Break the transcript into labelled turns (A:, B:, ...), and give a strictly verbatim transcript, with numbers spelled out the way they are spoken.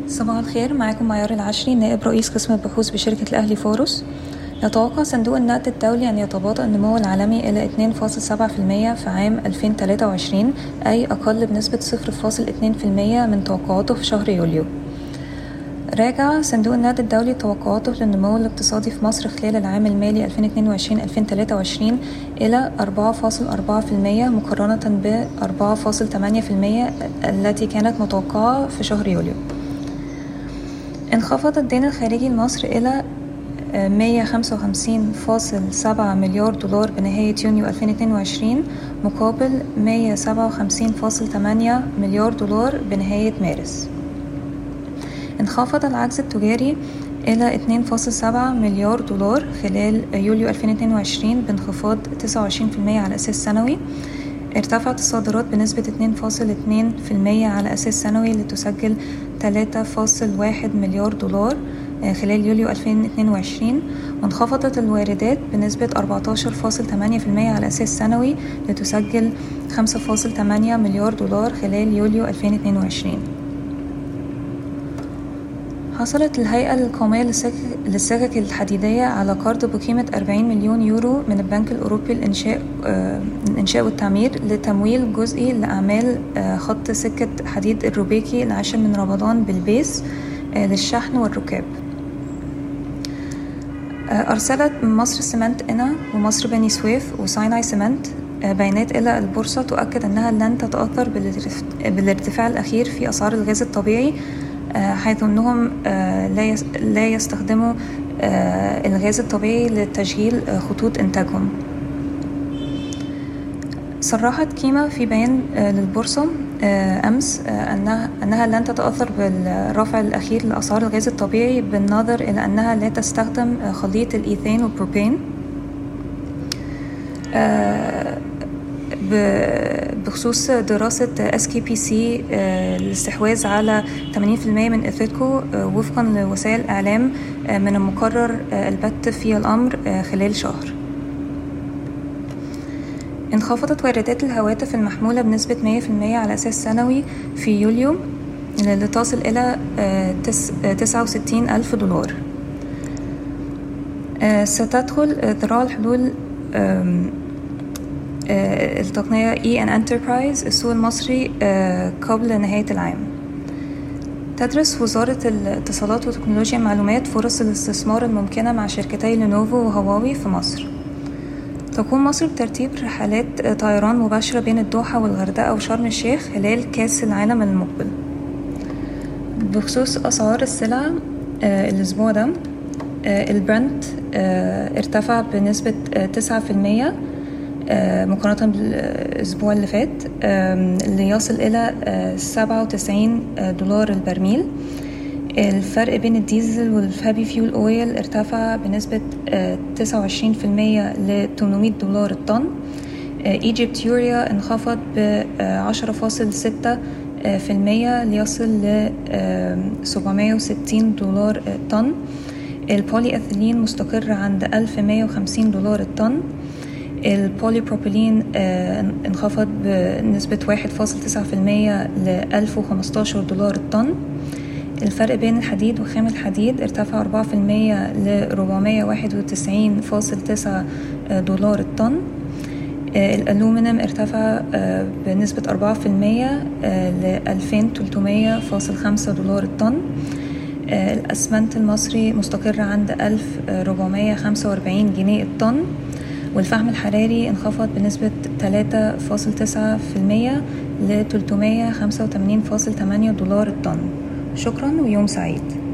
A: صباح الخير، معاكم معيار العشري نائب رئيس قسم البحوث بشركة الأهلي فورس. يتوقع صندوق النقد الدولي أن يتباطأ النمو العالمي إلى اثنين فاصلة سبعة بالمئة في عام ألفين وثلاثة وعشرين، أي أقل بنسبة صفر فاصلة اثنين بالمئة من توقعاته في شهر يوليو. راجع صندوق النقد الدولي توقعاته للنمو الاقتصادي في مصر خلال العام المالي ألفين واثنين وعشرين ألفين وثلاثة وعشرين إلى أربعة فاصلة أربعة بالمئة مقارنة ب أربعة فاصلة ثمانية بالمئة التي كانت متوقعة في شهر يوليو. انخفض الدين الخارجي لمصر إلى مئة وخمسة وخمسين فاصلة سبعة مليار دولار بنهاية يونيو ألفين واثنين وعشرين مقابل مئة وسبعة وخمسين فاصلة ثمانية مليار دولار بنهاية مارس. انخفض العجز التجاري إلى اثنين فاصلة سبعة مليار دولار خلال يوليو ألفين واثنين وعشرين بانخفاض تسعة وعشرين بالمئة على أساس سنوي. ارتفعت الصادرات بنسبة اثنين فاصلة اثنين بالمئة على أساس سنوي لتسجل ثلاثة فاصلة واحد مليار دولار خلال يوليو ألفين واثنين وعشرين، وانخفضت الواردات بنسبة أربعة عشر فاصلة ثمانية بالمئة على أساس سنوي لتسجل خمسة فاصلة ثمانية مليار دولار خلال يوليو ألفين واثنين وعشرين. حصلت الهيئة القومية للسكك الحديدية على قرض بقيمة أربعين مليون يورو من البنك الأوروبي للإنشاء الإنشاء والتعمير لتمويل جزئي لأعمال خط سكة حديد الروبيكي العاشر من رمضان بالبيس للشحن والركاب. أرسلت مصر سمنت إنا ومصر بني سويف وسايناي سمنت بيانات إلى البورصة تؤكد أنها لن تتأثر بالارتفاع الأخير في أسعار الغاز الطبيعي، حيث أنهم لا يستخدموا الغاز الطبيعي لتشغيل خطوط إنتاجهم. صرحت كيما في بيان للبورصة أمس أنها, أنها لن تتأثر بالرفع الأخير لأسعار الغاز الطبيعي بالنظر إلى أنها لا تستخدم خليط الإيثان والبروبين. بخصوص دراسة إس كي بي سي الاستحواذ على ثمانين بالمئة من إثيتكو وفقا لوسائل الإعلام، من المقرر البت في الأمر خلال شهر. انخفضت واردات الهواتف المحمولة بنسبة مئة بالمئة على أساس سنوي في يوليو لتصل إلى تسعة وستين ألف دولار. ستدخل ذراع الحلول التقنية إي أن Enterprise السوق المصري قبل نهاية العام. تدرس وزارة الاتصالات وتكنولوجيا المعلومات فرص الاستثمار الممكنة مع شركتي لينوفو وهواوي في مصر. تقوم مصر بترتيب رحلات طيران مباشرة بين الدوحة والغردقة وشرم الشيخ خلال كأس العالم المقبل. بخصوص أسعار السلع الأسبوع ده، البرنت ارتفع بنسبة تسعة بالمئة مقارنة بالأسبوع اللي فات ليصل إلى سبعة وتسعين دولار البرميل. الفرق بين الديزل والهابي فيول أويل ارتفع بنسبة تسعة وعشرين بالمئة ل ثمانمئة دولار الطن. ايجيبت يوريا انخفض ب عشرة فاصلة ستة بالمئة ليصل ل سبعمئة وستين دولار الطن. البولي أثيلين مستقر عند ألف ومئة وخمسين دولار الطن. البولي بروبيلين انخفض بنسبة واحد فاصلة تسعة بالمئة ل ألف وخمسة عشر دولار الطن. الفرق بين الحديد وخام الحديد ارتفع أربعة بالمئة ل أربعمئة وواحد وتسعين فاصلة تسعة دولار الطن. الألومنيوم ارتفع بنسبة أربعة بالمئة ل ألفين وثلاثمئة فاصلة خمسة دولار الطن. الأسمنت المصري مستقر عند ألف وأربعمئة وخمسة وأربعين جنيه الطن. والفحم الحراري انخفض بنسبة ثلاثة فاصلة تسعة بالمئة ل ثلاثمئة وخمسة وثمانين فاصلة ثمانية دولار الطن. شكرا ويوم سعيد.